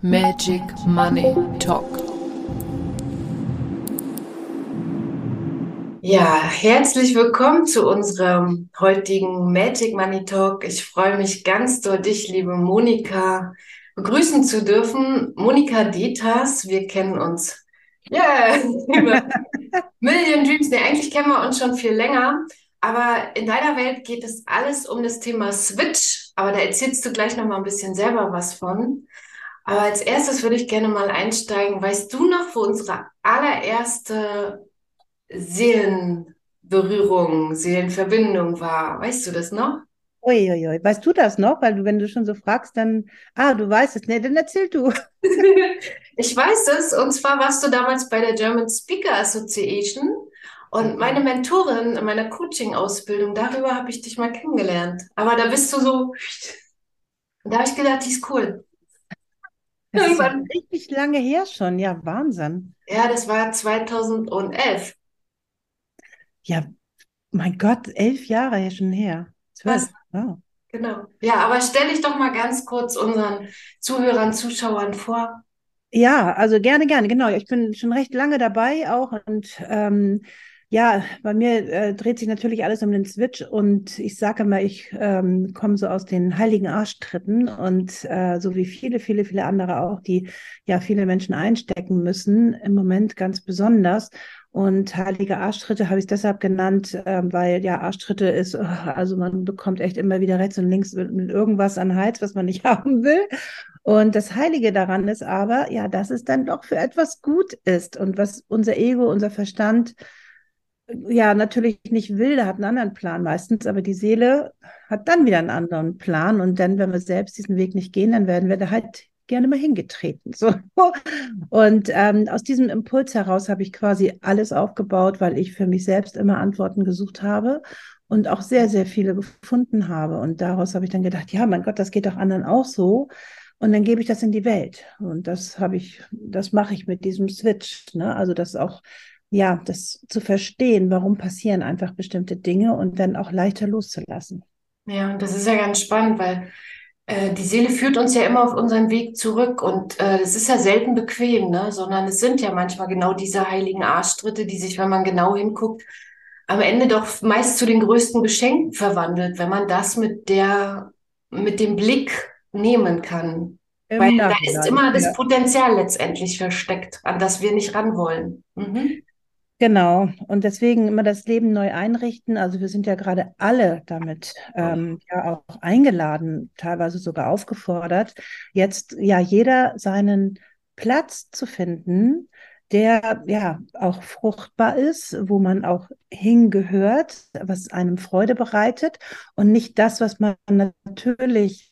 Magic Money Talk. Ja, herzlich willkommen zu unserem heutigen Magic Money Talk. Ich freue mich ganz doll, dich, liebe Monika, begrüßen zu dürfen. Monika Dieters, wir kennen uns ja über Million Dreams. Nee, eigentlich kennen wir uns schon viel länger, aber in deiner Welt geht es alles um das Thema Switch. Aber da erzählst du gleich noch mal ein bisschen selber was von. Aber als erstes würde ich gerne mal einsteigen. Weißt du noch, wo unsere allererste Seelenberührung, Seelenverbindung war? Weißt du das noch? Uiuiui. Weißt du das noch? Weil du, wenn du schon so fragst, dann, du weißt es. Nee, dann erzähl du. Ich weiß es, und zwar warst du damals bei der German Speaker Association und meine Okay. Mentorin in meiner Coaching-Ausbildung, darüber habe ich dich mal kennengelernt. Aber da bist du so, und da habe ich gedacht, die ist cool. Das ist ja Irgendwann, richtig lange her schon. Ja, Wahnsinn. ja, das war 2011. Ja, mein Gott, 11 Jahre ja schon her. 12. Fast, Wow. genau. Ja, aber stell dich doch mal ganz kurz unseren Zuhörern, Zuschauern vor. Ja, also gerne, gerne, genau. Ich bin schon recht lange dabei auch und ja, bei mir dreht sich natürlich alles um den Switch und ich sage immer, ich komme so aus den heiligen Arschtritten und so wie viele, viele, viele andere auch, die ja viele Menschen einstecken müssen, im Moment ganz besonders. Und heilige Arschtritte habe ich es deshalb genannt, weil ja Arschtritte ist, also man bekommt echt immer wieder rechts und links mit irgendwas an den Hals, was man nicht haben will. Und das Heilige daran ist aber, ja, dass es dann doch für etwas gut ist und was unser Ego, unser Verstand, ja, natürlich nicht will, der hat einen anderen Plan meistens, aber die Seele hat dann wieder einen anderen Plan und dann, wenn wir selbst diesen Weg nicht gehen, dann werden wir da halt gerne mal hingetreten. So. Und aus diesem Impuls heraus habe ich quasi alles aufgebaut, weil ich für mich selbst immer Antworten gesucht habe und auch sehr, sehr viele gefunden habe. Und daraus habe ich dann gedacht, ja, mein Gott, das geht doch anderen auch so. Und dann gebe ich das in die Welt. Und das mache ich mit diesem Switch, ne? Also das auch, ja, das zu verstehen, warum passieren einfach bestimmte Dinge und dann auch leichter loszulassen. Ja, und das ist ja ganz spannend, weil die Seele führt uns ja immer auf unseren Weg zurück und es ist ja selten bequem, ne? Sondern es sind ja manchmal genau diese heiligen Arschtritte, die sich, wenn man genau hinguckt, am Ende doch meist zu den größten Geschenken verwandelt, wenn man das mit dem Blick nehmen kann. Weil Im da ist Nachhinein, immer das ja. Potenzial letztendlich versteckt, an das wir nicht ran wollen. Mhm. Genau. Und deswegen immer das Leben neu einrichten. Also wir sind ja gerade alle damit ja auch eingeladen, teilweise sogar aufgefordert, jetzt ja jeder seinen Platz zu finden, der ja auch fruchtbar ist, wo man auch hingehört, was einem Freude bereitet und nicht das, was man natürlich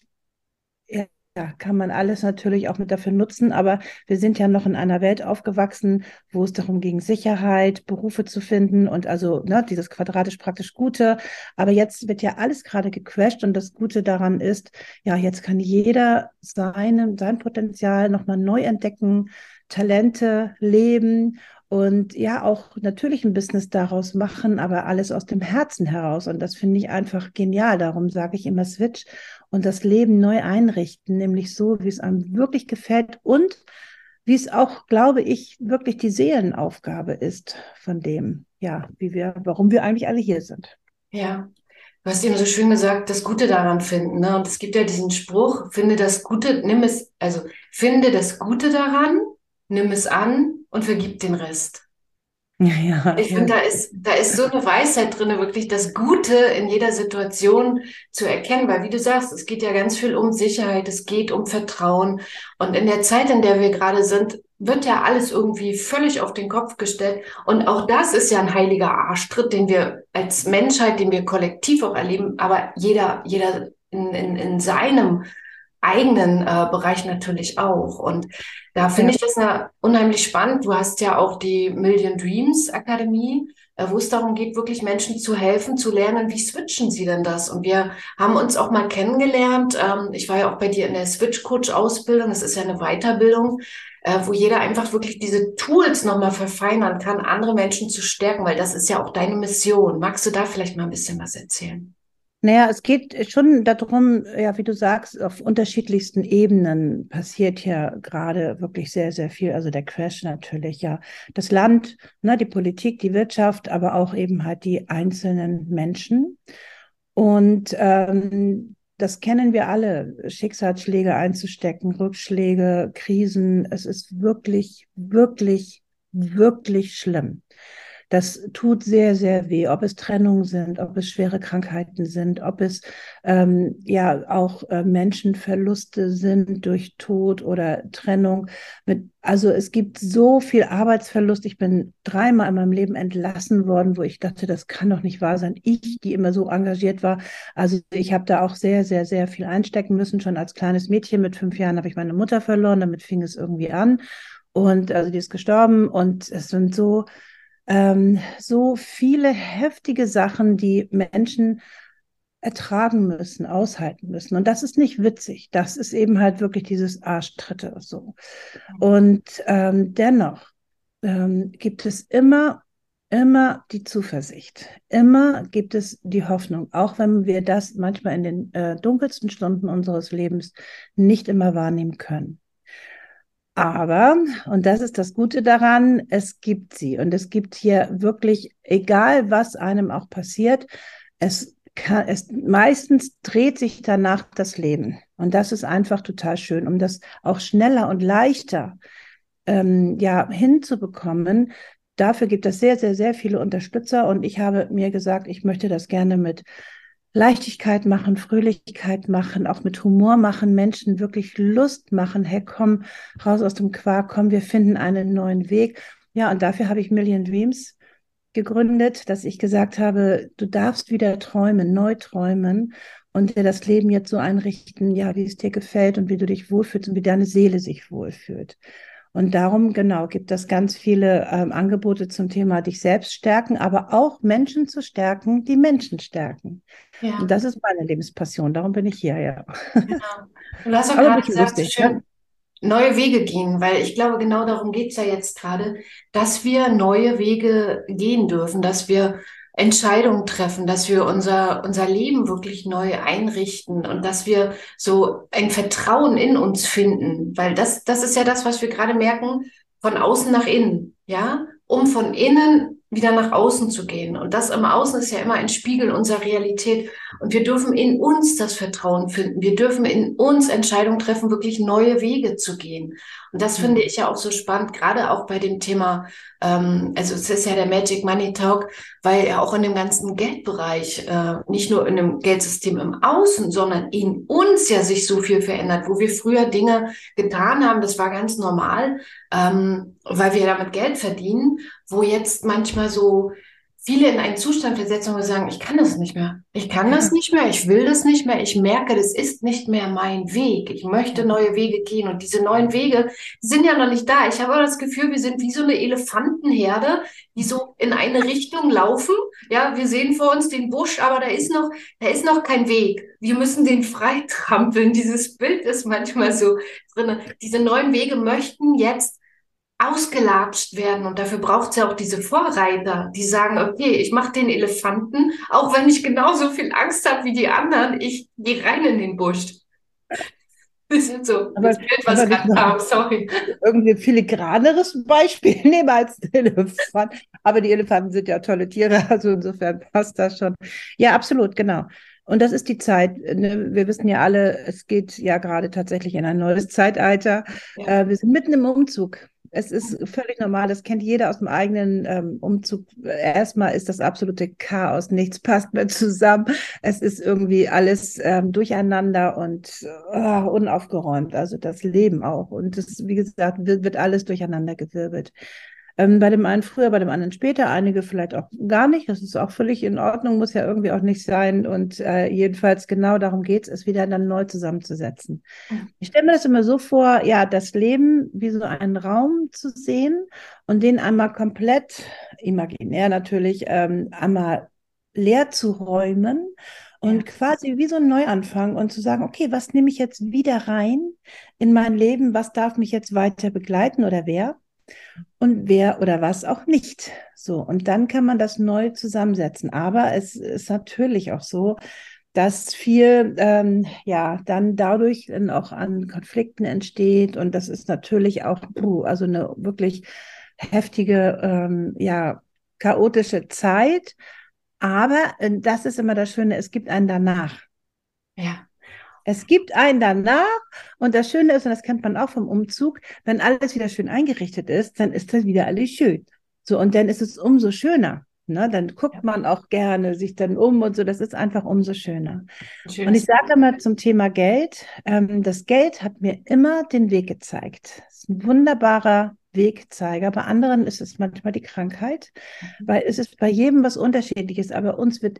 ja, kann man alles natürlich auch mit dafür nutzen, aber wir sind ja noch in einer Welt aufgewachsen, wo es darum ging, Sicherheit, Berufe zu finden und also ne, dieses quadratisch praktisch Gute. Aber jetzt wird ja alles gerade gecrashed und das Gute daran ist, ja, jetzt kann jeder sein Potenzial nochmal neu entdecken, Talente leben und ja, auch natürlich ein Business daraus machen, aber alles aus dem Herzen heraus. Und das finde ich einfach genial. Darum sage ich immer Switch und das Leben neu einrichten, nämlich so, wie es einem wirklich gefällt und wie es auch, glaube ich, wirklich die Seelenaufgabe ist von dem, ja, warum wir eigentlich alle hier sind. Ja. Du hast eben so schön gesagt, das Gute daran finden, ne? Und es gibt ja diesen Spruch, finde das Gute, nimm es, also finde das Gute daran, nimm es an und vergib den Rest. Ja, ja, Ich ja. finde, da ist so eine Weisheit drin, wirklich das Gute in jeder Situation zu erkennen, weil wie du sagst, es geht ja ganz viel um Sicherheit, es geht um Vertrauen. Und in der Zeit, in der wir gerade sind, wird ja alles irgendwie völlig auf den Kopf gestellt. Und auch das ist ja ein heiliger Arschtritt, den wir als Menschheit, den wir kollektiv auch erleben, aber jeder in seinem eigenen Bereich natürlich auch. Und da finde Ja. ich das unheimlich spannend. Du hast ja auch die Million Dreams Akademie, wo es darum geht, wirklich Menschen zu helfen, zu lernen, wie switchen sie denn das? Und wir haben uns auch mal kennengelernt. Ich war ja auch bei dir in der Switch Coach Ausbildung. Das ist ja eine Weiterbildung, wo jeder einfach wirklich diese Tools nochmal verfeinern kann, andere Menschen zu stärken, weil das ist ja auch deine Mission. Magst du da vielleicht mal ein bisschen was erzählen? Naja, es geht schon darum, ja, wie du sagst, auf unterschiedlichsten Ebenen passiert ja gerade wirklich sehr, sehr viel. Also der Crash natürlich, ja. Das Land, ne, die Politik, die Wirtschaft, aber auch eben halt die einzelnen Menschen. Und das kennen wir alle, Schicksalsschläge einzustecken, Rückschläge, Krisen. Es ist wirklich, wirklich, wirklich schlimm. Das tut sehr, sehr weh, ob es Trennungen sind, ob es schwere Krankheiten sind, ob es ja auch Menschenverluste sind durch Tod oder Trennung. Also es gibt so viel Arbeitsverlust. Ich bin dreimal in meinem Leben entlassen worden, wo ich dachte, das kann doch nicht wahr sein. Ich, die immer so engagiert war. Also ich habe da auch sehr, sehr, sehr viel einstecken müssen. Schon als kleines Mädchen mit 5 Jahren habe ich meine Mutter verloren. Damit fing es irgendwie an. Und also die ist gestorben. Und es sind so viele heftige Sachen, die Menschen ertragen müssen, aushalten müssen. Und das ist nicht witzig. Das ist eben halt wirklich dieses Arschtritte so. Und dennoch gibt es immer die Zuversicht. Immer gibt es die Hoffnung, auch wenn wir das manchmal in den dunkelsten Stunden unseres Lebens nicht immer wahrnehmen können. Aber, und das ist das Gute daran, es gibt sie. Und es gibt hier wirklich, egal was einem auch passiert, meistens dreht sich danach das Leben. Und das ist einfach total schön, um das auch schneller und leichter ja, hinzubekommen. Dafür gibt es sehr, sehr, sehr viele Unterstützer. Und ich habe mir gesagt, ich möchte das gerne mit Leichtigkeit machen, Fröhlichkeit machen, auch mit Humor machen, Menschen wirklich Lust machen. Hey, komm raus aus dem Quark, komm, wir finden einen neuen Weg. Ja, und dafür habe ich Million Dreams gegründet, dass ich gesagt habe, du darfst wieder träumen, neu träumen und dir das Leben jetzt so einrichten, ja, wie es dir gefällt und wie du dich wohlfühlst und wie deine Seele sich wohlfühlt. Und darum, genau, gibt es ganz viele Angebote zum Thema dich selbst stärken, aber auch Menschen zu stärken, die Menschen stärken. Und Ja, das ist meine Lebenspassion, darum bin ich hier, ja. genau. Und du hast auch Aber ein gerade bisschen gesagt, so lustig, ne? schön, neue Wege gehen, weil ich glaube, genau darum geht es ja jetzt gerade, dass wir neue Wege gehen dürfen, dass wir Entscheidungen treffen, dass wir unser Leben wirklich neu einrichten und dass wir so ein Vertrauen in uns finden, weil das ist ja das, was wir gerade merken, von außen nach innen, ja, um von innen wieder nach außen zu gehen. Und das im Außen ist ja immer ein Spiegel unserer Realität. Und wir dürfen in uns das Vertrauen finden. Wir dürfen in uns Entscheidungen treffen, wirklich neue Wege zu gehen. Und das finde ich ja auch so spannend, gerade auch bei dem Thema, also es ist ja der Magic Money Talk, weil ja auch in dem ganzen Geldbereich, nicht nur in dem Geldsystem im Außen, sondern in uns ja sich so viel verändert, wo wir früher Dinge getan haben, das war ganz normal, weil wir damit Geld verdienen, wo jetzt manchmal so viele in einen Zustand versetzen, wo wir sagen, ich kann das nicht mehr. Ich kann das Ja, nicht mehr, ich will das nicht mehr, ich merke, das ist nicht mehr mein Weg. Ich möchte ja, neue Wege gehen und diese neuen Wege die sind ja noch nicht da. Ich habe aber das Gefühl, wir sind wie so eine Elefantenherde, die so in eine Richtung laufen. Ja, wir sehen vor uns den Busch, aber da ist noch kein Weg. Wir müssen den frei trampeln. Dieses Bild ist manchmal so drin. Diese neuen Wege möchten jetzt ausgelatscht werden. Und dafür braucht es ja auch diese Vorreiter, die sagen, okay, ich mache den Elefanten, auch wenn ich genauso viel Angst habe wie die anderen, ich gehe rein in den Busch. Das ist so das Bild, was aber nicht gerade noch kam, sorry. irgendwie ein filigraneres Beispiel nehmen als den Elefant. Aber die Elefanten sind ja tolle Tiere, also insofern passt das schon. Ja, absolut, genau. Und das ist die Zeit. Ne? Wir wissen ja alle, es geht ja gerade tatsächlich in ein neues Zeitalter. Ja. Wir sind mitten im Umzug. Es ist völlig normal, das kennt jeder aus dem eigenen Umzug. Erstmal ist das absolute Chaos, nichts passt mehr zusammen. Es ist irgendwie alles durcheinander und unaufgeräumt, also das Leben auch. Und das, wie gesagt, wird alles durcheinandergewirbelt. Bei dem einen früher, bei dem anderen später, einige vielleicht auch gar nicht. Das ist auch völlig in Ordnung, muss ja irgendwie auch nicht sein. Und jedenfalls genau darum geht es wieder dann neu zusammenzusetzen. Ich stelle mir das immer so vor, ja, das Leben wie so einen Raum zu sehen und den einmal komplett, imaginär natürlich, einmal leer zu räumen Ja. und quasi wie so ein Neuanfang und zu sagen, okay, was nehme ich jetzt wieder rein in mein Leben? Was darf mich jetzt weiter begleiten oder wer? Und wer oder was auch nicht. So, und dann kann man das neu zusammensetzen. Aber es ist natürlich auch so, dass viel ja dann dadurch dann auch an Konflikten entsteht und das ist natürlich auch also eine wirklich heftige ja chaotische Zeit, aber das ist immer das Schöne, es gibt einen danach. Ja. Es gibt einen danach und das Schöne ist, und das kennt man auch vom Umzug, wenn alles wieder schön eingerichtet ist, dann ist das wieder alles schön. So, und dann ist es umso schöner. Ne? Dann guckt man auch gerne sich dann um und so, das ist einfach umso schöner. Und ich Schönes. sage immer zum Thema Geld, das Geld hat mir immer den Weg gezeigt. Es ist ein wunderbarer Wegzeiger. Bei anderen ist es manchmal die Krankheit, weil es ist bei jedem was Unterschiedliches, aber uns wird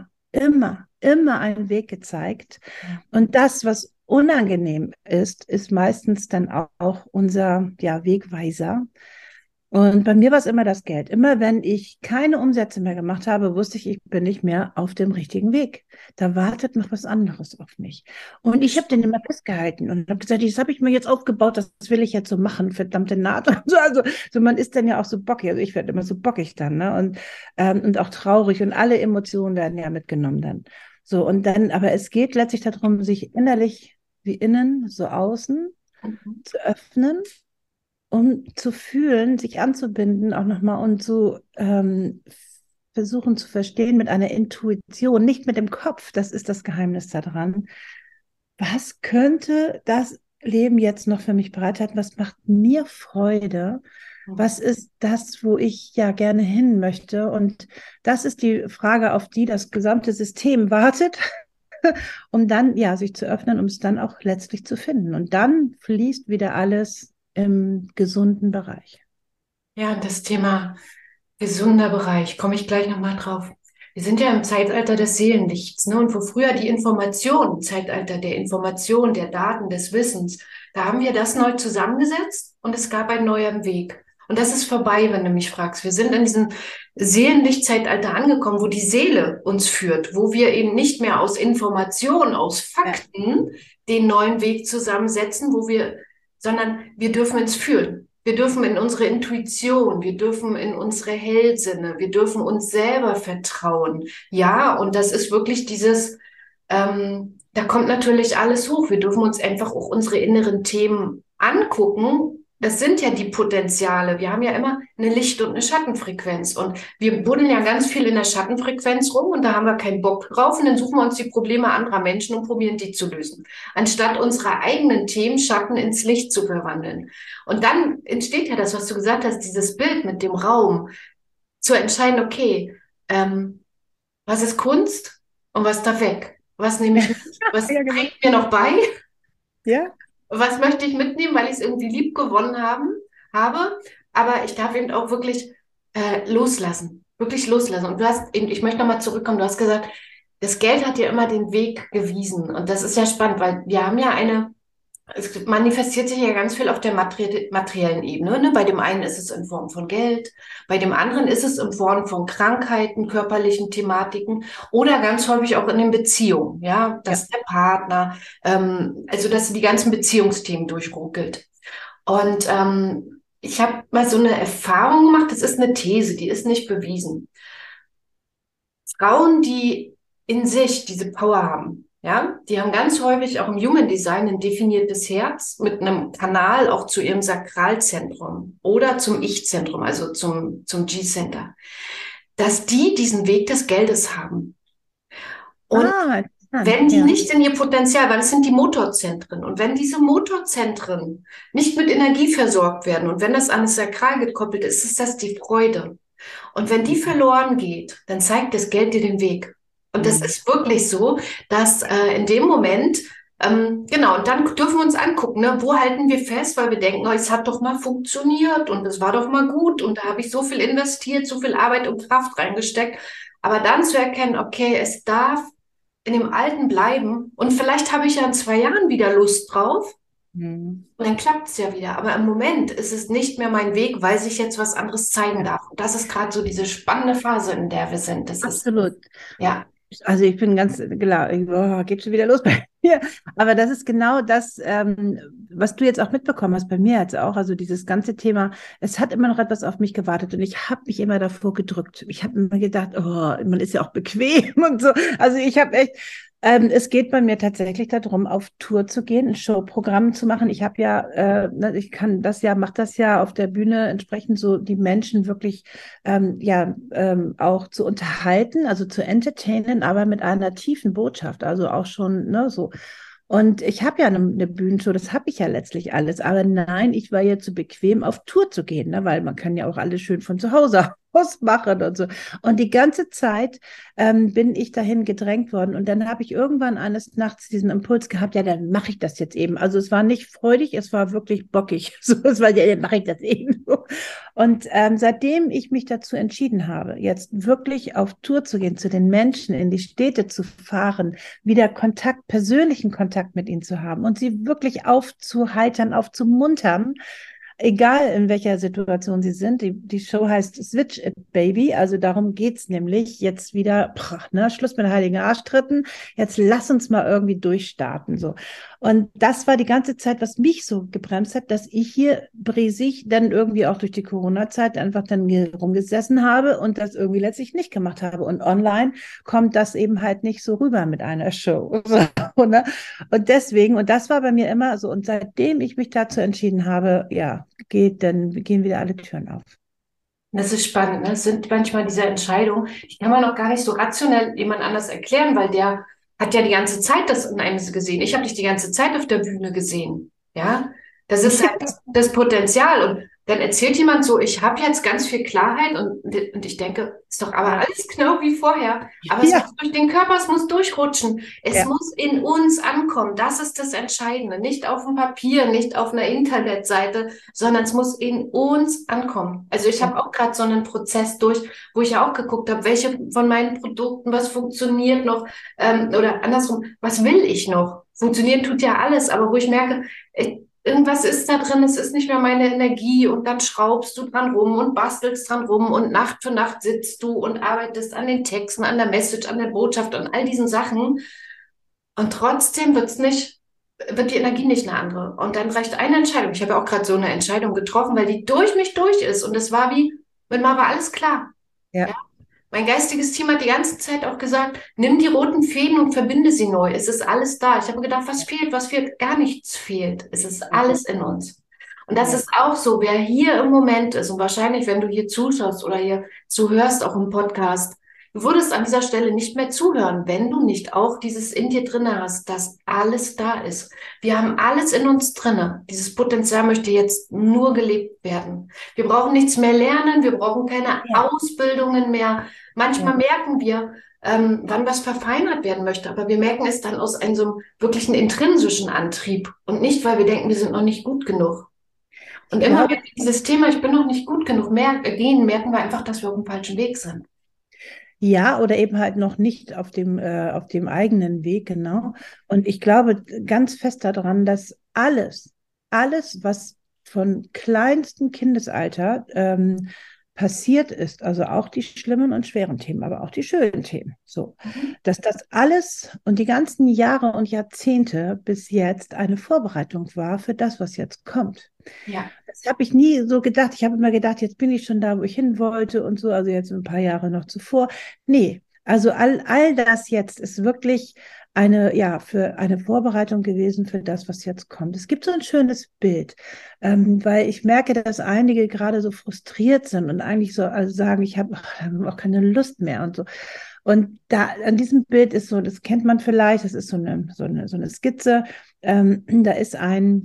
immer ein Weg gezeigt. Und das, was unangenehm ist, ist meistens dann auch unser ja, Wegweiser. Und bei mir war es immer das Geld. Immer wenn ich keine Umsätze mehr gemacht habe, wusste ich, ich bin nicht mehr auf dem richtigen Weg. Da wartet noch was anderes auf mich. Und ich habe den immer festgehalten und habe gesagt, das habe ich mir jetzt aufgebaut, das will ich jetzt so machen, verdammte Naht. Und so, also so, man ist dann ja auch so bockig. Also ich werde immer so bockig dann, ne? Und auch traurig und alle Emotionen werden ja mitgenommen dann. So, und dann, aber es geht letztlich darum, sich innerlich wie innen, so außen Mhm. zu öffnen um zu fühlen, sich anzubinden auch nochmal und zu versuchen zu verstehen mit einer Intuition, nicht mit dem Kopf, das ist das Geheimnis daran. Was könnte das Leben jetzt noch für mich bereithalten? Was macht mir Freude? Was ist das, wo ich ja gerne hin möchte? Und das ist die Frage, auf die das gesamte System wartet, um dann ja sich zu öffnen, um es dann auch letztlich zu finden. Und dann fließt wieder alles im gesunden Bereich. Ja, das Thema gesunder Bereich, komme ich gleich nochmal drauf. Wir sind ja im Zeitalter des Seelenlichts, ne? Und wo früher die Information, im Zeitalter der Information, der Daten, des Wissens, da haben wir das neu zusammengesetzt und es gab einen neuen Weg. Und das ist vorbei, wenn du mich fragst. Wir sind in diesem Seelenlichtzeitalter angekommen, wo die Seele uns führt, wo wir eben nicht mehr aus Information, aus Fakten den neuen Weg zusammensetzen, sondern wir dürfen ins Fühlen. Wir dürfen in unsere Intuition, wir dürfen in unsere Hellsinne, wir dürfen uns selber vertrauen. Ja, und das ist wirklich da kommt natürlich alles hoch. Wir dürfen uns einfach auch unsere inneren Themen angucken. Das sind ja die Potenziale. Wir haben ja immer eine Licht- und eine Schattenfrequenz. Und wir buddeln ja ganz viel in der Schattenfrequenz rum und da haben wir keinen Bock drauf. Und dann suchen wir uns die Probleme anderer Menschen und probieren die zu lösen, anstatt unsere eigenen Themen, Schatten ins Licht zu verwandeln. Und dann entsteht ja das, was du gesagt hast, dieses Bild mit dem Raum, zu entscheiden, okay, was ist Kunst und was darf weg? Was nehme ich mit? Was Ja, genau. bringt mir noch bei? Ja, Was möchte ich mitnehmen, weil ich es irgendwie lieb gewonnen habe? Aber ich darf eben auch wirklich loslassen. Wirklich loslassen. Und du hast eben, ich möchte nochmal zurückkommen, du hast gesagt, das Geld hat dir immer den Weg gewiesen. Und das ist ja spannend, weil wir haben ja es manifestiert sich ja ganz viel auf der materiellen Ebene. Ne? Bei dem einen ist es in Form von Geld, bei dem anderen ist es in Form von Krankheiten, körperlichen Thematiken oder ganz häufig auch in den Beziehungen. Ja, ja. dass der Partner, also dass die ganzen Beziehungsthemen durchruckelt. Und ich habe mal so eine Erfahrung gemacht, das ist eine These, die ist nicht bewiesen. Frauen, die in sich diese Power haben, ja, die haben ganz häufig auch im Human Design ein definiertes Herz mit einem Kanal auch zu ihrem Sakralzentrum oder zum Ich-Zentrum, also zum G-Center, dass die diesen Weg des Geldes haben. Und Interessant. wenn die Ja. nicht in ihr Potenzial, weil es sind die Motorzentren, und wenn diese Motorzentren nicht mit Energie versorgt werden und wenn das an das Sakral gekoppelt ist, ist das die Freude. Und wenn die verloren geht, dann zeigt das Geld dir den Weg. Und das ist wirklich so, dass in dem Moment, genau, und dann dürfen wir uns angucken, ne, wo halten wir fest, weil wir denken, oh, es hat doch mal funktioniert und es war doch mal gut und da habe ich so viel investiert, so viel Arbeit und Kraft reingesteckt. Aber dann zu erkennen, okay, es darf in dem Alten bleiben und vielleicht habe ich ja in 2 Jahren wieder Lust drauf. Mhm. Und dann klappt es ja wieder. Aber im Moment ist es nicht mehr mein Weg, weil sich jetzt was anderes zeigen darf. Und das ist gerade so diese spannende Phase, in der wir sind. Das ist, Absolut. ja, Also ich bin ganz klar, geht schon wieder los bei mir. Aber das ist genau das, was du jetzt auch mitbekommen hast, bei mir jetzt auch. Also dieses ganze Thema, es hat immer noch etwas auf mich gewartet und ich habe mich immer davor gedrückt. Ich habe immer gedacht, oh, man ist ja auch bequem und so. Also ich habe echt Es geht bei mir tatsächlich darum, auf Tour zu gehen, ein Showprogramm zu machen. Ich habe ja, ich kann das ja, mache das ja auf der Bühne entsprechend so die Menschen wirklich auch zu unterhalten, also zu entertainen, aber mit einer tiefen Botschaft, also auch schon ne, so. Und ich habe ja eine Bühnenshow, das habe ich ja letztlich alles. Aber nein, ich war ja zu bequem, auf Tour zu gehen, ne, weil man kann ja auch alles schön von zu Hause aus machen und so. Und die ganze Zeit bin ich dahin gedrängt worden. Und dann habe ich irgendwann eines Nachts diesen Impuls gehabt, ja, dann mache ich das jetzt eben. Also es war nicht freudig, es war wirklich bockig. So, es war, ja, dann mache ich das eben. Und seitdem ich mich dazu entschieden habe, jetzt wirklich auf Tour zu gehen, zu den Menschen, in die Städte zu fahren, wieder Kontakt, persönlichen Kontakt mit ihnen zu haben und sie wirklich aufzuheitern, aufzumuntern, egal in welcher Situation sie sind. Die Show heißt Switch It Baby, also darum geht's nämlich jetzt wieder, Schluss mit heiligen Arschtritten, jetzt lass uns mal irgendwie durchstarten. So. Und das war die ganze Zeit, was mich so gebremst hat, dass ich hier brisig dann irgendwie auch durch die Corona-Zeit einfach dann hier rumgesessen habe und das irgendwie letztlich nicht gemacht habe. Und online kommt das eben halt nicht so rüber mit einer Show. So, ne? Und deswegen, und das war bei mir immer so, und seitdem ich mich dazu entschieden habe, ja, dann gehen wieder alle Türen auf. Das ist spannend, ne? Es sind manchmal diese Entscheidungen, die kann man auch gar nicht so rationell jemand anders erklären, weil der hat ja die ganze Zeit das in einem gesehen. Ich habe dich die ganze Zeit auf der Bühne gesehen. Ja, das ist halt das Potenzial. Und dann erzählt jemand so, ich habe jetzt ganz viel Klarheit und ich denke, ist doch aber alles genau wie vorher. Aber es Ja, muss durch den Körper, es muss durchrutschen. Es ja, muss in uns ankommen. Das ist das Entscheidende. Nicht auf dem Papier, nicht auf einer Internetseite, sondern es muss in uns ankommen. Also ich habe auch gerade so einen Prozess durch, wo ich ja auch geguckt habe, welche von meinen Produkten, was funktioniert noch, oder andersrum, was will ich noch? Funktionieren tut ja alles, aber wo ich merke, irgendwas ist da drin, es ist nicht mehr meine Energie und dann schraubst du dran rum und bastelst dran rum und Nacht für Nacht sitzt du und arbeitest an den Texten, an der Message, an der Botschaft und all diesen Sachen und trotzdem wird die Energie nicht eine andere. Und dann reicht eine Entscheidung. Ich habe ja auch gerade so eine Entscheidung getroffen, weil die durch mich durch ist und es war wie, wenn mal war alles klar. ja. Ja? Mein geistiges Team hat die ganze Zeit auch gesagt, nimm die roten Fäden und verbinde sie neu. Es ist alles da. Ich habe gedacht, was fehlt? Was fehlt? Gar nichts fehlt. Es ist alles in uns. Und das Ja. ist auch so, wer hier im Moment ist und wahrscheinlich, wenn du hier zuschaust oder hier zuhörst, auch im Podcast, du würdest an dieser Stelle nicht mehr zuhören, wenn du nicht auch dieses in dir drinne hast, dass alles da ist. Wir haben alles in uns drinne. Dieses Potenzial möchte jetzt nur gelebt werden. Wir brauchen nichts mehr lernen, wir brauchen keine Ja. Ausbildungen mehr. Manchmal Ja. merken wir, wann was verfeinert werden möchte, aber wir merken es dann aus einem so wirklichen intrinsischen Antrieb und nicht, weil wir denken, wir sind noch nicht gut genug. Und Ich immer glaube, wenn wir dieses Thema, ich bin noch nicht gut genug, gehen, merken wir einfach, dass wir auf dem falschen Weg sind. ja, oder eben halt noch nicht auf dem eigenen Weg, genau. Und ich glaube ganz fest daran, dass alles, was von kleinstem Kindesalter passiert ist, also auch die schlimmen und schweren Themen, aber auch die schönen Themen, so, Mhm. dass das alles und die ganzen Jahre und Jahrzehnte bis jetzt eine Vorbereitung war für das, was jetzt kommt. Ja. Das habe ich nie so gedacht. Ich habe immer gedacht, jetzt bin ich schon da, wo ich hin wollte und so, also jetzt ein paar Jahre noch zuvor. Nee, also all das jetzt ist wirklich für eine Vorbereitung gewesen für das, was jetzt kommt. Es gibt so ein schönes Bild, weil ich merke, dass einige gerade so frustriert sind und eigentlich so also sagen, ich habe auch keine Lust mehr und so. Und da an diesem Bild ist so, das kennt man vielleicht, das ist so eine Skizze. Da ist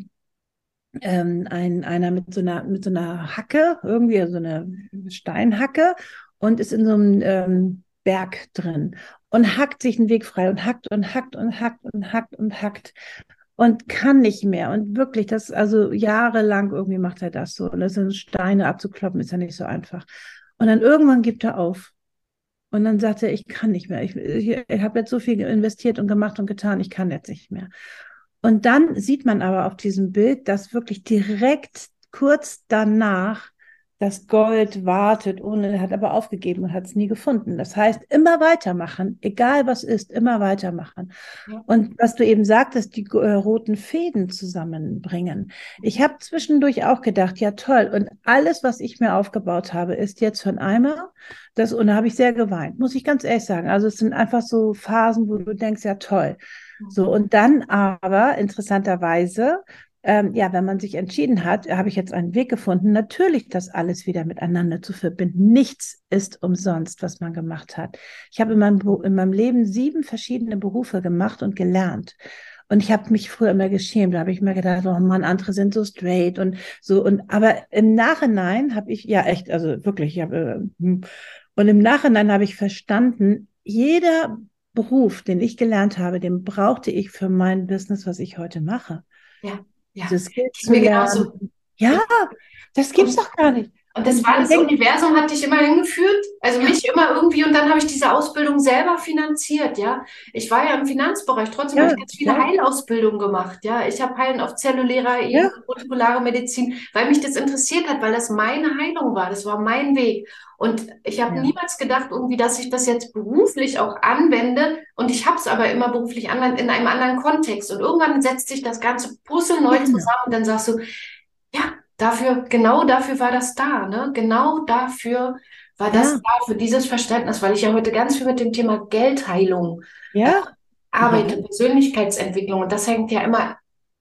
einer mit so einer Hacke, irgendwie so eine Steinhacke und ist in so einem Berg drin und hackt sich einen Weg frei und hackt und hackt und hackt und hackt und hackt und kann nicht mehr. Und wirklich, also jahrelang irgendwie macht er das so. Und das sind Steine abzukloppen, ist ja nicht so einfach. Und dann irgendwann gibt er auf. Und dann sagt er, ich kann nicht mehr. Ich habe jetzt so viel investiert und gemacht und getan, ich kann jetzt nicht mehr. Und dann sieht man aber auf diesem Bild, dass wirklich direkt kurz danach das Gold wartet, ohne, hat aber aufgegeben und hat es nie gefunden. Das heißt, immer weitermachen, egal was ist, immer weitermachen. Ja. Und was du eben sagtest, die roten Fäden zusammenbringen. Ich habe zwischendurch auch gedacht, ja toll, und alles, was ich mir aufgebaut habe, ist jetzt für einen Eimer. Und da habe ich sehr geweint, muss ich ganz ehrlich sagen. Also es sind einfach so Phasen, wo du denkst, ja toll. So, und dann aber interessanterweise, ja, wenn man sich entschieden hat, habe ich jetzt einen Weg gefunden, natürlich das alles wieder miteinander zu verbinden. Nichts ist umsonst, was man gemacht hat. Ich habe in meinem Leben 7 verschiedene Berufe gemacht und gelernt. Und ich habe mich früher immer geschämt. Da habe ich mir gedacht, oh Mann, andere sind so straight und so. Aber im Nachhinein habe ich, ja echt, also wirklich, und im Nachhinein habe ich verstanden, jeder Beruf, den ich gelernt habe, den brauchte ich für mein Business, was ich heute mache. Ja, ja. Diese Skills Das ist zu mir genauso. lernen. Ja, das gibt's Und doch gar nicht. Und das Und war man das denkt, Universum, hat dich immer hingeführt, also ja, mich immer irgendwie, und dann habe ich diese Ausbildung selber finanziert, ja. Ich war ja im Finanzbereich, trotzdem habe ja, ich ganz viele ja, Heilausbildungen gemacht, ja. Ich habe Heilen auf zellulärer Ebene, ja, molekulare Medizin, weil mich das interessiert hat, weil das meine Heilung war, das war mein Weg. Und ich habe ja, niemals gedacht, irgendwie, dass ich das jetzt beruflich auch anwende. Und ich habe es aber immer beruflich anwendet in einem anderen Kontext. Und irgendwann setzt sich das ganze Puzzle neu ja, genau. zusammen und dann sagst du, ja, dafür, genau dafür war das da, ne? Genau dafür war das Ja, da, für dieses Verständnis, weil ich ja heute ganz viel mit dem Thema Geldheilung äh, ja, ja, arbeite, Persönlichkeitsentwicklung, und das hängt ja immer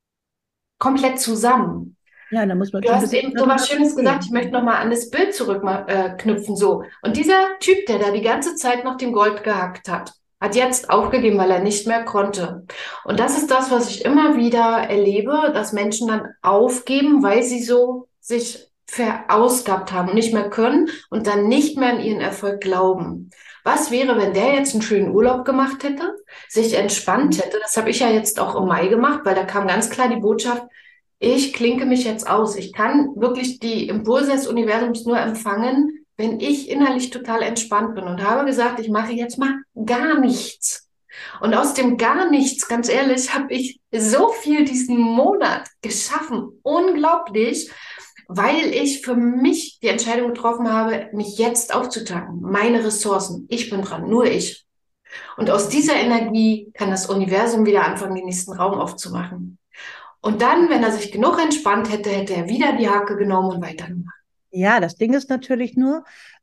komplett zusammen. ja, da muss man Du schon ein hast bisschen eben so darüber was Schönes gesagt, ich möchte verstehen. nochmal an das Bild zurückknüpfen, knüpfen, so. Und dieser Typ, der da die ganze Zeit nach dem Gold gehackt hat, hat jetzt aufgegeben, weil er nicht mehr konnte. Und das ist das, was ich immer wieder erlebe, dass Menschen dann aufgeben, weil sie so sich verausgabt haben und nicht mehr können und dann nicht mehr an ihren Erfolg glauben. Was wäre, wenn der jetzt einen schönen Urlaub gemacht hätte, sich entspannt hätte? Das habe ich ja jetzt auch im Mai gemacht, weil da kam ganz klar die Botschaft, ich klinke mich jetzt aus. Ich kann wirklich die Impulse des Universums nur empfangen, wenn ich innerlich total entspannt bin, und habe gesagt, ich mache jetzt mal gar nichts. Und aus dem gar nichts, ganz ehrlich, habe ich so viel diesen Monat geschaffen. Unglaublich, weil ich für mich die Entscheidung getroffen habe, mich jetzt aufzutanken. Meine Ressourcen. Ich bin dran, nur ich. Und aus dieser Energie kann das Universum wieder anfangen, den nächsten Raum aufzumachen. Und dann, wenn er sich genug entspannt hätte, hätte er wieder die Hake genommen und weitergemacht. Ja, das Ding ist natürlich nur,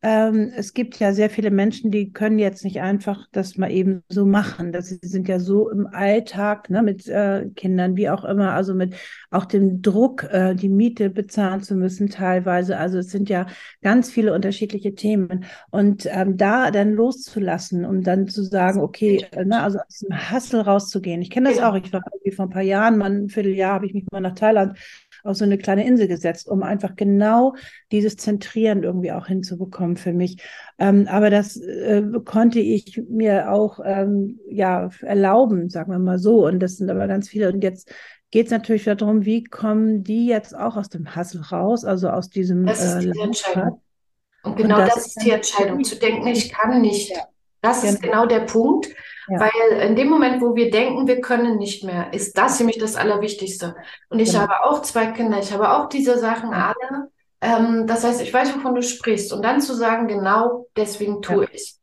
es gibt ja sehr viele Menschen, die können jetzt nicht einfach das mal eben so machen. Sie sind ja so im Alltag, ne, mit Kindern, wie auch immer, also mit auch dem Druck, die Miete bezahlen zu müssen teilweise. Also es sind ja ganz viele unterschiedliche Themen. Und da dann loszulassen, um dann zu sagen, okay, ne, also aus dem Hustle rauszugehen. Ich kenne das auch. Genau. Ich war irgendwie vor ein paar Jahren, mal ein Vierteljahr, habe ich mich mal nach Thailand auf so eine kleine Insel gesetzt, um einfach genau dieses Zentrieren irgendwie auch hinzubekommen für mich. Aber das konnte ich mir auch ja, erlauben, sagen wir mal so. Und das sind aber ganz viele. Und jetzt geht es natürlich darum, wie kommen die jetzt auch aus dem Hassel raus, also aus diesem Das ist die Laufrad. Entscheidung. Und Und genau das das ist ist die dann Entscheidung, wirklich, zu denken, ich kann ja, nicht. Das ist genau, genau der Punkt, ja, weil in dem Moment, wo wir denken, wir können nicht mehr, ist das nämlich das Allerwichtigste. Und ich genau, habe auch 2 Kinder, ich habe auch diese Sachen ja, alle. Das heißt, ich weiß, wovon du sprichst. Und dann zu sagen, genau deswegen ja, tue ich.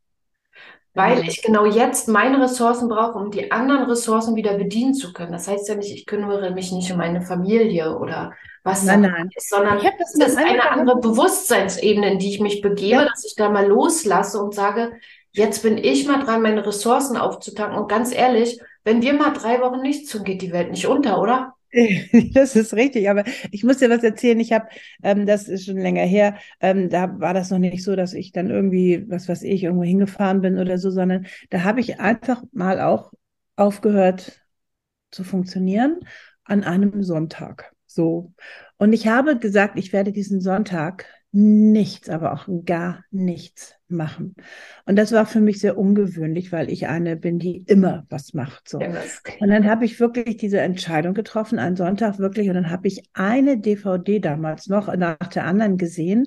Weil genau. ich genau jetzt meine Ressourcen brauche, um die anderen Ressourcen wieder bedienen zu können. Das heißt ja nicht, ich kümmere mich nicht um meine Familie oder was da Nein, nein. ist, sondern Ich habe das es mal ist eine eine Sache, andere Bewusstseinsebene, in die ich mich begebe, ja, dass ich da mal loslasse und sage, jetzt bin ich mal dran, meine Ressourcen aufzutanken. Und ganz ehrlich, wenn wir mal 3 Wochen nichts tun, geht die Welt nicht unter, oder? das ist richtig, aber ich muss dir was erzählen. Ich habe, das ist schon länger her, da war das noch nicht so, dass ich dann irgendwie, was weiß ich, irgendwo hingefahren bin oder so, sondern da habe ich einfach mal auch aufgehört zu funktionieren an einem Sonntag. So. Und ich habe gesagt, ich werde diesen Sonntag nichts, aber auch gar nichts machen. Und das war für mich sehr ungewöhnlich, weil ich eine bin, die immer was macht. So. Ja, das, Und dann habe ich wirklich diese Entscheidung getroffen, einen Sonntag wirklich, und dann habe ich eine DVD damals noch nach der anderen gesehen,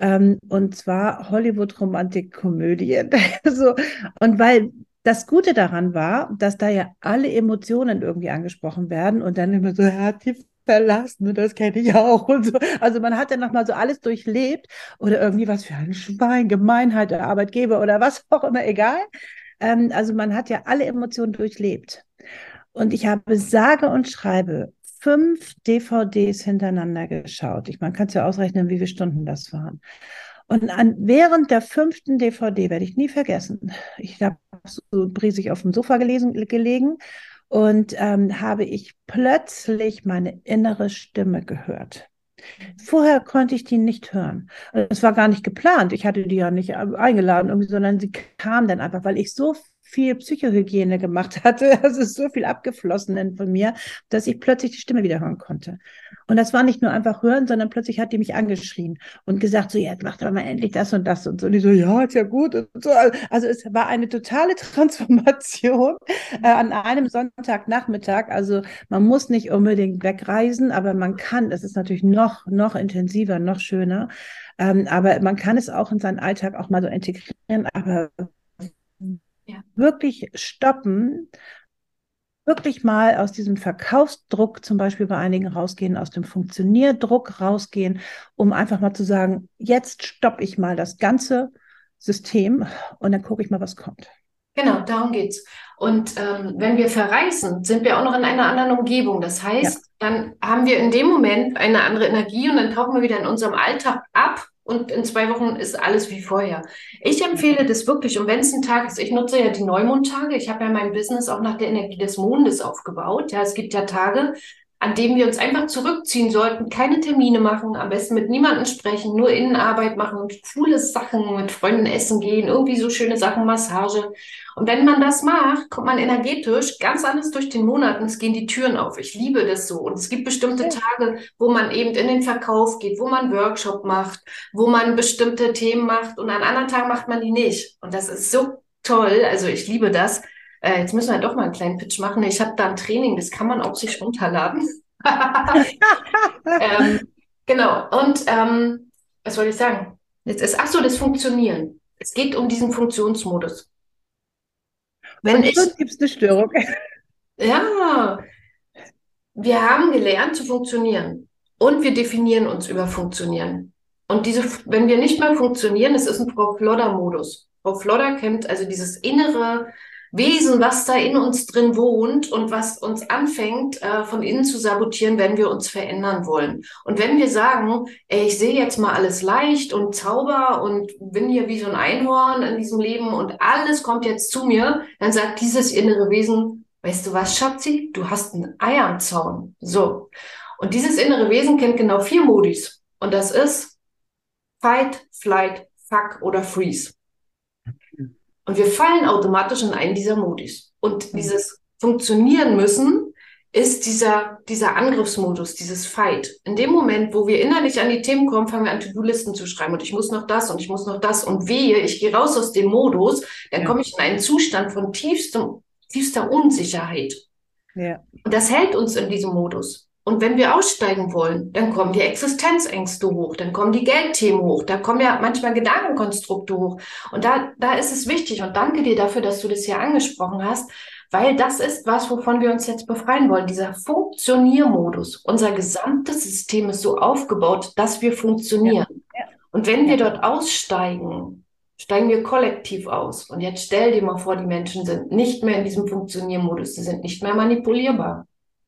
und zwar Hollywood-Romantik-Komödien. So. Und weil das Gute daran war, dass da ja alle Emotionen irgendwie angesprochen werden und dann immer so, ja, die verlassen und das kenne ich auch und so. Also man hat dann nochmal so alles durchlebt oder irgendwie was für ein Schwein, Gemeinheit, der Arbeitgeber oder was auch immer, egal. Also man hat ja alle Emotionen durchlebt. Und ich habe sage und schreibe 5 DVDs hintereinander geschaut. Man kann es ja ausrechnen, wie viele Stunden das waren. Und während der 5. DVD werde ich nie vergessen. Ich habe so riesig auf dem Sofa gelegen und habe ich plötzlich meine innere Stimme gehört. Vorher konnte ich die nicht hören. Es war gar nicht geplant. Ich hatte die ja nicht eingeladen, irgendwie, sondern sie kam dann einfach, weil ich so viel Psychohygiene gemacht hatte, also so viel abgeflossen von mir, dass ich plötzlich die Stimme wieder hören konnte. Und das war nicht nur einfach hören, sondern plötzlich hat die mich angeschrien und gesagt, so, jetzt macht doch mal endlich das und das und so. Und ich so, ja, ist ja gut und so. Also es war eine totale Transformation an einem Sonntagnachmittag. Also man muss nicht unbedingt wegreisen, aber man kann, das ist natürlich noch intensiver, noch schöner. Aber man kann es auch in seinen Alltag auch mal so integrieren, aber Ja. wirklich stoppen, wirklich mal aus diesem Verkaufsdruck zum Beispiel bei einigen rausgehen, aus dem Funktionierdruck rausgehen, um einfach mal zu sagen, jetzt stoppe ich mal das ganze System und dann gucke ich mal, was kommt. Genau, darum geht's. Und wenn wir verreisen, sind wir auch noch in einer anderen Umgebung. Das Ja. heißt, dann haben wir in dem Moment eine andere Energie und dann tauchen wir wieder in unserem Alltag ab und in 2 Wochen ist alles wie vorher. Ich empfehle das wirklich. Und wenn es ein Tag ist, ich nutze ja die Neumondtage. Ich habe ja mein Business auch nach der Energie des Mondes aufgebaut. Ja, es gibt ja Tage, an denen wir uns einfach zurückziehen sollten, keine Termine machen, am besten mit niemandem sprechen, nur Innenarbeit machen und coole Sachen mit Freunden essen gehen, irgendwie so schöne Sachen, Massage. Und wenn man das macht, kommt man energetisch ganz anders durch den Monat und es gehen die Türen auf. Ich liebe das so. Und es gibt bestimmte Tage, wo man eben in den Verkauf geht, wo man Workshop macht, wo man bestimmte Themen macht und an anderen Tagen macht man die nicht. Und das ist so toll. Also ich liebe das. Jetzt müssen wir doch mal einen kleinen Pitch machen. Ich habe da ein Training, das kann man auch sich runterladen. ähm, genau. Und was soll ich sagen? Ach so, das Funktionieren. Es geht um diesen Funktionsmodus. Wenn Und ich, schon gibt es eine Störung. ja, wir haben gelernt zu funktionieren und wir definieren uns über Funktionieren. Und wenn wir nicht mehr funktionieren, das ist ein Frau Flodder-Modus. Frau Flodder kennt also dieses innere Wesen, was da in uns drin wohnt und was uns anfängt, von innen zu sabotieren, wenn wir uns verändern wollen. Und wenn wir sagen, ey, ich sehe jetzt mal alles leicht und zauber und bin hier wie so ein Einhorn in diesem Leben und alles kommt jetzt zu mir, dann sagt dieses innere Wesen, weißt du was, Schatzi? Du hast ein Ei am Zaun. So. Und dieses innere Wesen kennt genau 4 Modis. Und das ist Fight, Flight, Fuck oder Freeze. Und wir fallen automatisch in einen dieser Modis. Und dieses Funktionieren müssen ist dieser Angriffsmodus, dieses Fight. In dem Moment, wo wir innerlich an die Themen kommen, fangen wir an, To-Do-Listen zu schreiben. Und ich muss noch das und ich muss noch das. Und wehe, ich gehe raus aus dem Modus, dann komme ich in einen Zustand von tiefster Unsicherheit. Ja. Und das hält uns in diesem Modus. Und wenn wir aussteigen wollen, dann kommen die Existenzängste hoch, dann kommen die Geldthemen hoch, da kommen ja manchmal Gedankenkonstrukte hoch. Und da ist es wichtig, und danke dir dafür, dass du das hier angesprochen hast, weil das ist was, wovon wir uns jetzt befreien wollen, dieser Funktioniermodus. Unser gesamtes System ist so aufgebaut, dass wir funktionieren. Ja. Und wenn wir dort aussteigen, steigen wir kollektiv aus. Und jetzt stell dir mal vor, die Menschen sind nicht mehr in diesem Funktioniermodus, sie sind nicht mehr manipulierbar.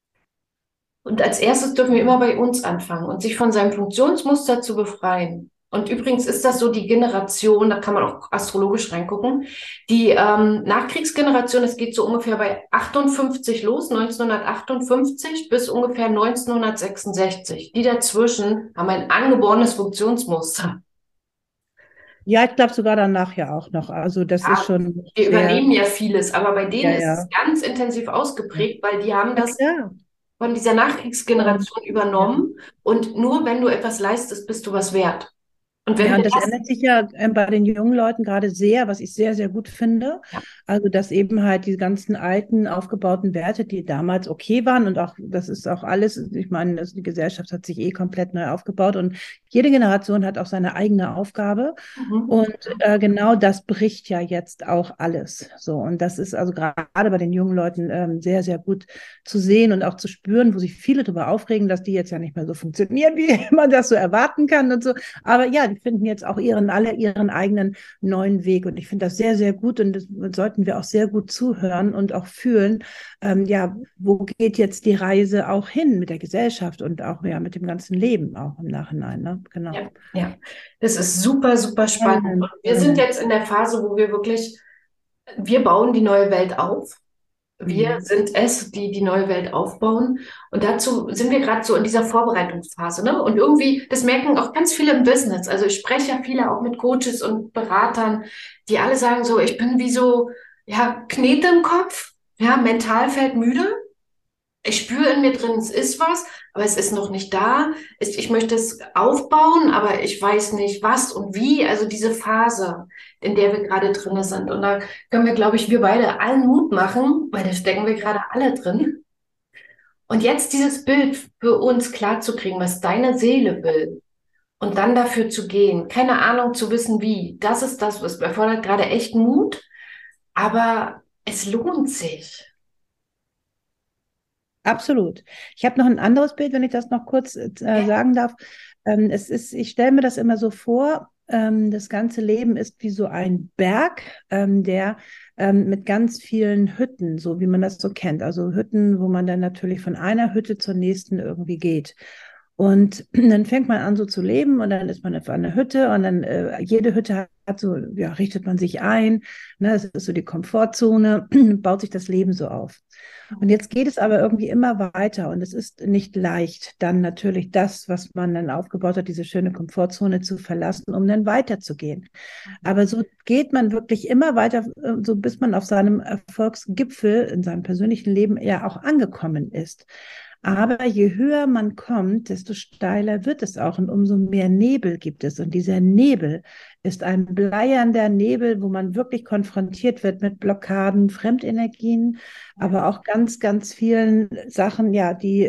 Und als erstes dürfen wir immer bei uns anfangen und sich von seinem Funktionsmuster zu befreien. Und übrigens ist das so die Generation, da kann man auch astrologisch reingucken, die Nachkriegsgeneration, es geht so ungefähr bei 58 los, 1958 bis ungefähr 1966. Die dazwischen haben ein angeborenes Funktionsmuster. Ja, ich glaube sogar danach ja auch noch. Also das ist schon Wir sehr, übernehmen ja vieles, aber bei denen ist ja. es ganz intensiv ausgeprägt, weil die haben das Ja. von dieser Nachkriegsgeneration übernommen. Und nur wenn du etwas leistest, bist du was wert. Und wenn Ja, wir und das das, ändert sich ja bei den jungen Leuten gerade sehr, was ich sehr, sehr gut finde. ja, Also, dass eben halt die ganzen alten, aufgebauten Werte, die damals okay waren und auch, das ist auch alles, ich meine, also die Gesellschaft hat sich eh komplett neu aufgebaut und jede Generation hat auch seine eigene Aufgabe. mhm. Und genau das bricht ja jetzt auch alles. So, und das ist also gerade bei den jungen Leuten sehr, sehr gut zu sehen und auch zu spüren, wo sich viele darüber aufregen, dass die jetzt ja nicht mehr so funktionieren, wie man das so erwarten kann und so. Aber ja, die finden jetzt auch alle ihren eigenen neuen Weg. Und ich finde das sehr, sehr gut. Und das sollten wir auch sehr gut zuhören und auch fühlen. Ja, wo geht jetzt die Reise auch hin mit der Gesellschaft und auch ja mit dem ganzen Leben auch im Nachhinein, ne? Genau. Ja, ja, das ist super, super spannend. Und Spannend, wir sind spannend. jetzt in der Phase, wo wir wirklich, wir bauen die neue Welt auf. Wir Mhm. sind es, die die neue Welt aufbauen. Und dazu sind wir gerade so in dieser Vorbereitungsphase, ne? Und irgendwie, das merken auch ganz viele im Business. Also ich spreche ja viele auch mit Coaches und Beratern, die alle sagen so, ich bin wie so, ja, Knete im Kopf, ja, mental fällt müde. Ich spüre in mir drin, es ist was, aber es ist noch nicht da. Ich möchte es aufbauen, aber ich weiß nicht was und wie. Also diese Phase, in der wir gerade drin sind. Und da können wir, glaube ich, wir beide allen Mut machen, weil da stecken wir gerade alle drin. Und jetzt dieses Bild für uns klar zu kriegen, was deine Seele will. Und dann dafür zu gehen. Keine Ahnung zu wissen, wie. Das ist das, was erfordert gerade echt Mut. Aber es lohnt sich. Absolut. Ich habe noch ein anderes Bild, wenn ich das noch kurz sagen darf. Ich stelle mir das immer so vor, das ganze Leben ist wie so ein Berg, der mit ganz vielen Hütten, so wie man das so kennt. Also Hütten, wo man dann natürlich von einer Hütte zur nächsten irgendwie geht. Und dann fängt man an, so zu leben und dann ist man auf einer Hütte und dann jede Hütte hat so, ja, richtet man sich ein. Ne, das ist so die Komfortzone, baut sich das Leben so auf. Und jetzt geht es aber irgendwie immer weiter und es ist nicht leicht, dann natürlich das, was man dann aufgebaut hat, diese schöne Komfortzone zu verlassen, um dann weiterzugehen. Aber so geht man wirklich immer weiter, so bis man auf seinem Erfolgsgipfel in seinem persönlichen Leben ja auch angekommen ist. Aber je höher man kommt, desto steiler wird es auch und umso mehr Nebel gibt es. Und dieser Nebel ist ein bleiernder Nebel, wo man wirklich konfrontiert wird mit Blockaden, Fremdenergien, aber auch ganz, ganz vielen Sachen, ja, die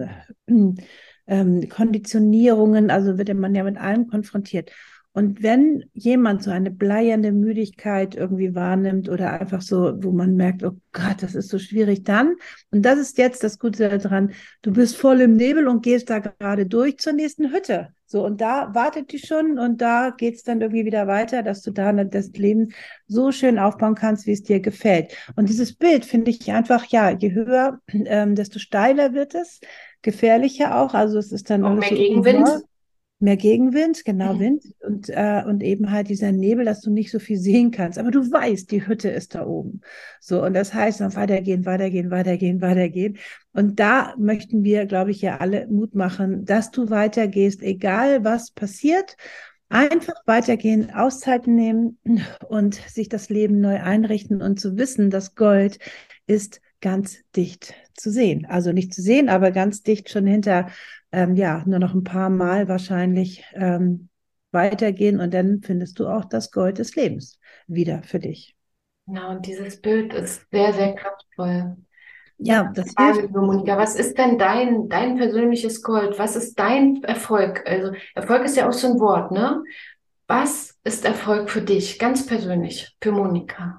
Konditionierungen, also wird man ja mit allem konfrontiert. Und wenn jemand so eine bleiernde Müdigkeit irgendwie wahrnimmt oder einfach so, wo man merkt, oh Gott, das ist so schwierig, dann, und das ist jetzt das Gute daran, du bist voll im Nebel und gehst da gerade durch zur nächsten Hütte. So, und da wartet die schon und da geht es dann irgendwie wieder weiter, dass du da das Leben so schön aufbauen kannst, wie es dir gefällt. Und dieses Bild finde ich einfach, ja, je höher, desto steiler wird es, gefährlicher auch. Also es ist dann Auch alles mehr so Gegenwind. mehr Gegenwind, genau Mhm. Wind und eben halt dieser Nebel, dass du nicht so viel sehen kannst. Aber du weißt, die Hütte ist da oben. So, und das heißt dann weitergehen, weitergehen, weitergehen, weitergehen. Und da möchten wir, glaube ich, ja alle Mut machen, dass du weitergehst, egal was passiert. Einfach weitergehen, Auszeiten nehmen und sich das Leben neu einrichten und zu wissen, dass Gold ist ganz dicht zu sehen. Also nicht zu sehen, aber ganz dicht schon hinter, ja, nur noch ein paar Mal wahrscheinlich weitergehen und dann findest du auch das Gold des Lebens wieder für dich. Ja, und dieses Bild ist sehr, sehr kraftvoll. Jetzt Ja, das Frage, hilft. liebe Monika, was ist denn dein persönliches Gold? Was ist dein Erfolg? Also Erfolg ist ja auch so ein Wort, ne? Was ist Erfolg für dich, ganz persönlich, für Monika?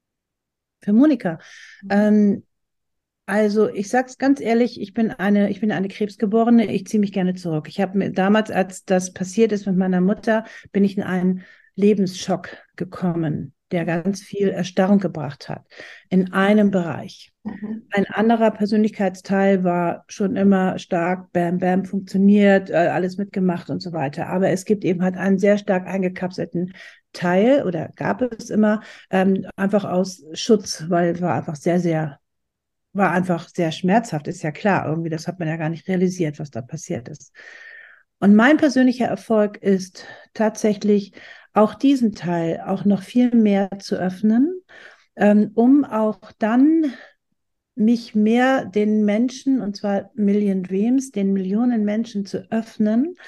Für Monika. Mhm. Ähm, Also, ich sag's ganz ehrlich, ich bin eine Krebsgeborene, ich ziehe mich gerne zurück. Ich habe mir damals, als das passiert ist mit meiner Mutter, bin ich in einen Lebensschock gekommen, der ganz viel Erstarrung gebracht hat, in einem Bereich. Mhm. Ein anderer Persönlichkeitsteil war schon immer stark, bam, bam, funktioniert, alles mitgemacht und so weiter. Aber es gibt eben halt einen sehr stark eingekapselten Teil oder gab es immer, einfach aus Schutz, weil war einfach war einfach sehr schmerzhaft, ist ja klar. Irgendwie, das hat man ja gar nicht realisiert, was da passiert ist. Und mein persönlicher Erfolg ist tatsächlich auch diesen Teil auch noch viel mehr zu öffnen, um auch dann mich mehr den Menschen, und zwar Million Dreams, den Millionen Menschen zu öffnen,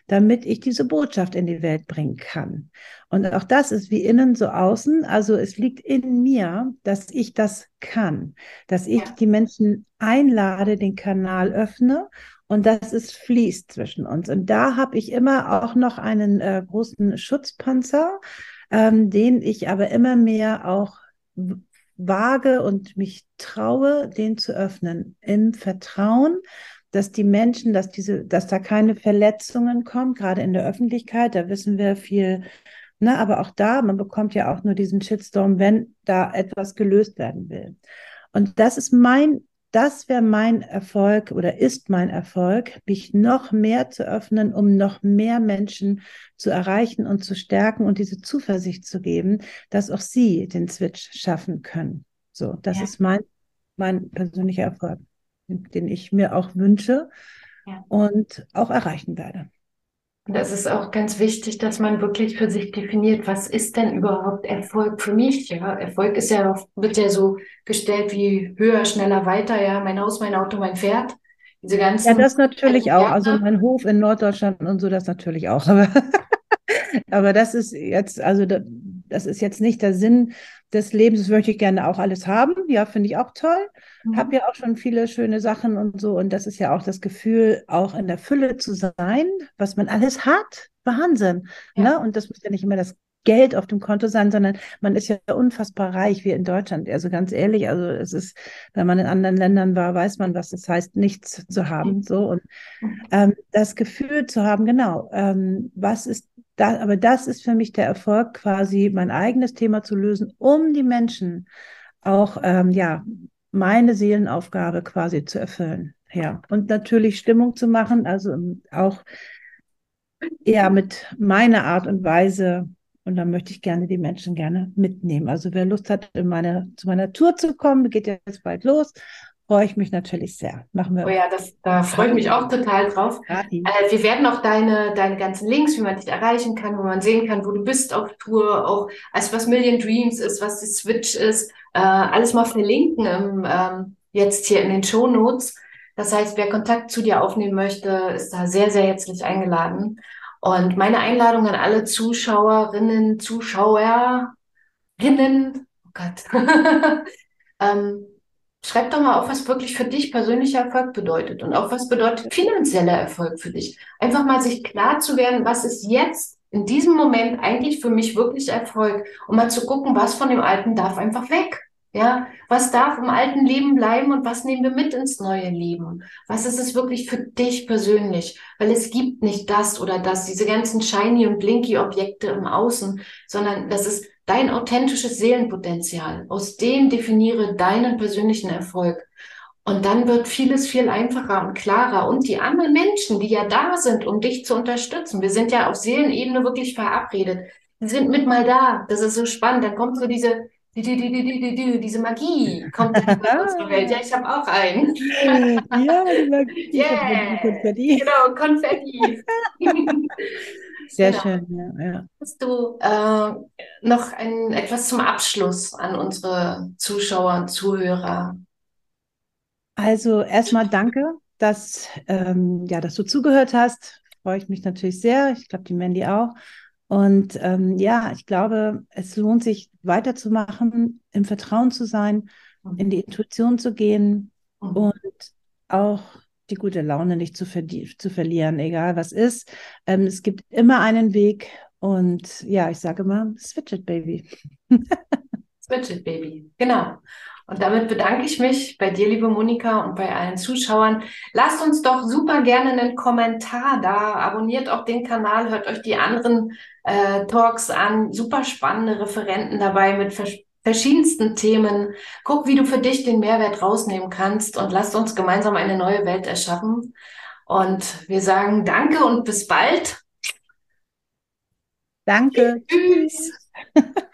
damit ich diese Botschaft in die Welt bringen kann. Und auch das ist wie innen so außen. Also es liegt in mir, dass ich das kann, dass ich die Menschen einlade, den Kanal öffne und dass es fließt zwischen uns. Und da habe ich immer auch noch einen großen Schutzpanzer, den ich aber immer mehr auch wage und mich traue, den zu öffnen, im Vertrauen, dass die Menschen, dass da keine Verletzungen kommen, gerade in der Öffentlichkeit, da wissen wir viel, ne, aber auch da, man bekommt ja auch nur diesen Shitstorm, wenn da etwas gelöst werden will. Und das wäre mein Erfolg oder ist mein Erfolg, mich noch mehr zu öffnen, um noch mehr Menschen zu erreichen und zu stärken und diese Zuversicht zu geben, dass auch sie den Switch schaffen können. So, das ist mein persönlicher Erfolg, den ich mir auch wünsche und auch erreichen werde. Und das ist auch ganz wichtig, dass man wirklich für sich definiert, was ist denn überhaupt Erfolg für mich? Ja, Erfolg wird ja so gestellt wie höher, schneller, weiter, ja, mein Haus, mein Auto, mein Pferd. Diese Ja, ganzen das natürlich auch. Also Werte. mein Hof in Norddeutschland und so, das natürlich auch. Aber das ist jetzt, also das ist jetzt nicht der Sinn des Lebens. Das möchte ich gerne auch alles haben. Ja, finde ich auch toll. Habe ja auch schon viele schöne Sachen und so. Und das ist ja auch das Gefühl, auch in der Fülle zu sein, was man alles hat. Wahnsinn. Ne? Und das muss ja nicht immer das Geld auf dem Konto sein, sondern man ist ja unfassbar reich wie in Deutschland. Also ganz ehrlich, also es ist, wenn man in anderen Ländern war, weiß man, was es heißt, nichts zu haben. So und das Gefühl zu haben, genau, was ist da, aber das ist für mich der Erfolg, quasi mein eigenes Thema zu lösen, um die Menschen auch, ja, meine Seelenaufgabe quasi zu erfüllen. Ja, und natürlich Stimmung zu machen, also auch eher mit meiner Art und Weise. Und da möchte ich gerne die Menschen gerne mitnehmen. Also wer Lust hat, zu meiner Tour zu kommen, geht jetzt bald los, freue ich mich natürlich sehr. Machen wir. Oh ja, da freue ich mich auch total drauf. Wir werden auch deine ganzen Links, wie man dich erreichen kann, wo man sehen kann, wo du bist auf Tour, auch also was Million Dreams ist, was die Switch ist, alles mal verlinken jetzt hier in den Shownotes. Das heißt, wer Kontakt zu dir aufnehmen möchte, ist da sehr, sehr herzlich eingeladen. Und meine Einladung an alle Zuschauerinnen, Zuschauerinnen, oh Gott, schreib doch mal auf, was wirklich für dich persönlicher Erfolg bedeutet und auch was bedeutet finanzieller Erfolg für dich. Einfach mal sich klar zu werden, was ist jetzt in diesem Moment eigentlich für mich wirklich Erfolg und mal zu gucken, was von dem Alten darf einfach weg. Ja, was darf im alten Leben bleiben und was nehmen wir mit ins neue Leben? Was ist es wirklich für dich persönlich? Weil es gibt nicht das oder das, diese ganzen shiny und blinky Objekte im Außen, sondern das ist dein authentisches Seelenpotenzial. Aus dem definiere deinen persönlichen Erfolg. Und dann wird vieles viel einfacher und klarer. Und die anderen Menschen, die ja da sind, um dich zu unterstützen, wir sind ja auf Seelenebene wirklich verabredet, die sind mit mal da. Das ist so spannend. Dann kommt so diese Magie kommt dann in unsere Welt. Ja, ich habe auch einen. Ja, die Magie, Yeah, Konfetti. genau, Konfetti. Sehr Genau. schön, ja, ja. Hast du noch etwas zum Abschluss an unsere Zuschauer und Zuhörer? Also erstmal danke, dass du zugehört hast. Freue ich mich natürlich sehr. Ich glaube, die Mandy auch. Und ja, ich glaube, es lohnt sich weiterzumachen, im Vertrauen zu sein, in die Intuition zu gehen und auch die gute Laune nicht zu verlieren, egal was ist. Es gibt immer einen Weg und ja, ich sage immer, switch it, baby. Switch it, Baby. Genau. Und damit bedanke ich mich bei dir, liebe Monika, und bei allen Zuschauern. Lasst uns doch super gerne einen Kommentar da. Abonniert auch den Kanal, hört euch die anderen Talks an. Super spannende Referenten dabei mit verschiedensten Themen. Guck, wie du für dich den Mehrwert rausnehmen kannst und lasst uns gemeinsam eine neue Welt erschaffen. Und wir sagen Danke und bis bald. Danke. Tschüss. Tschüss.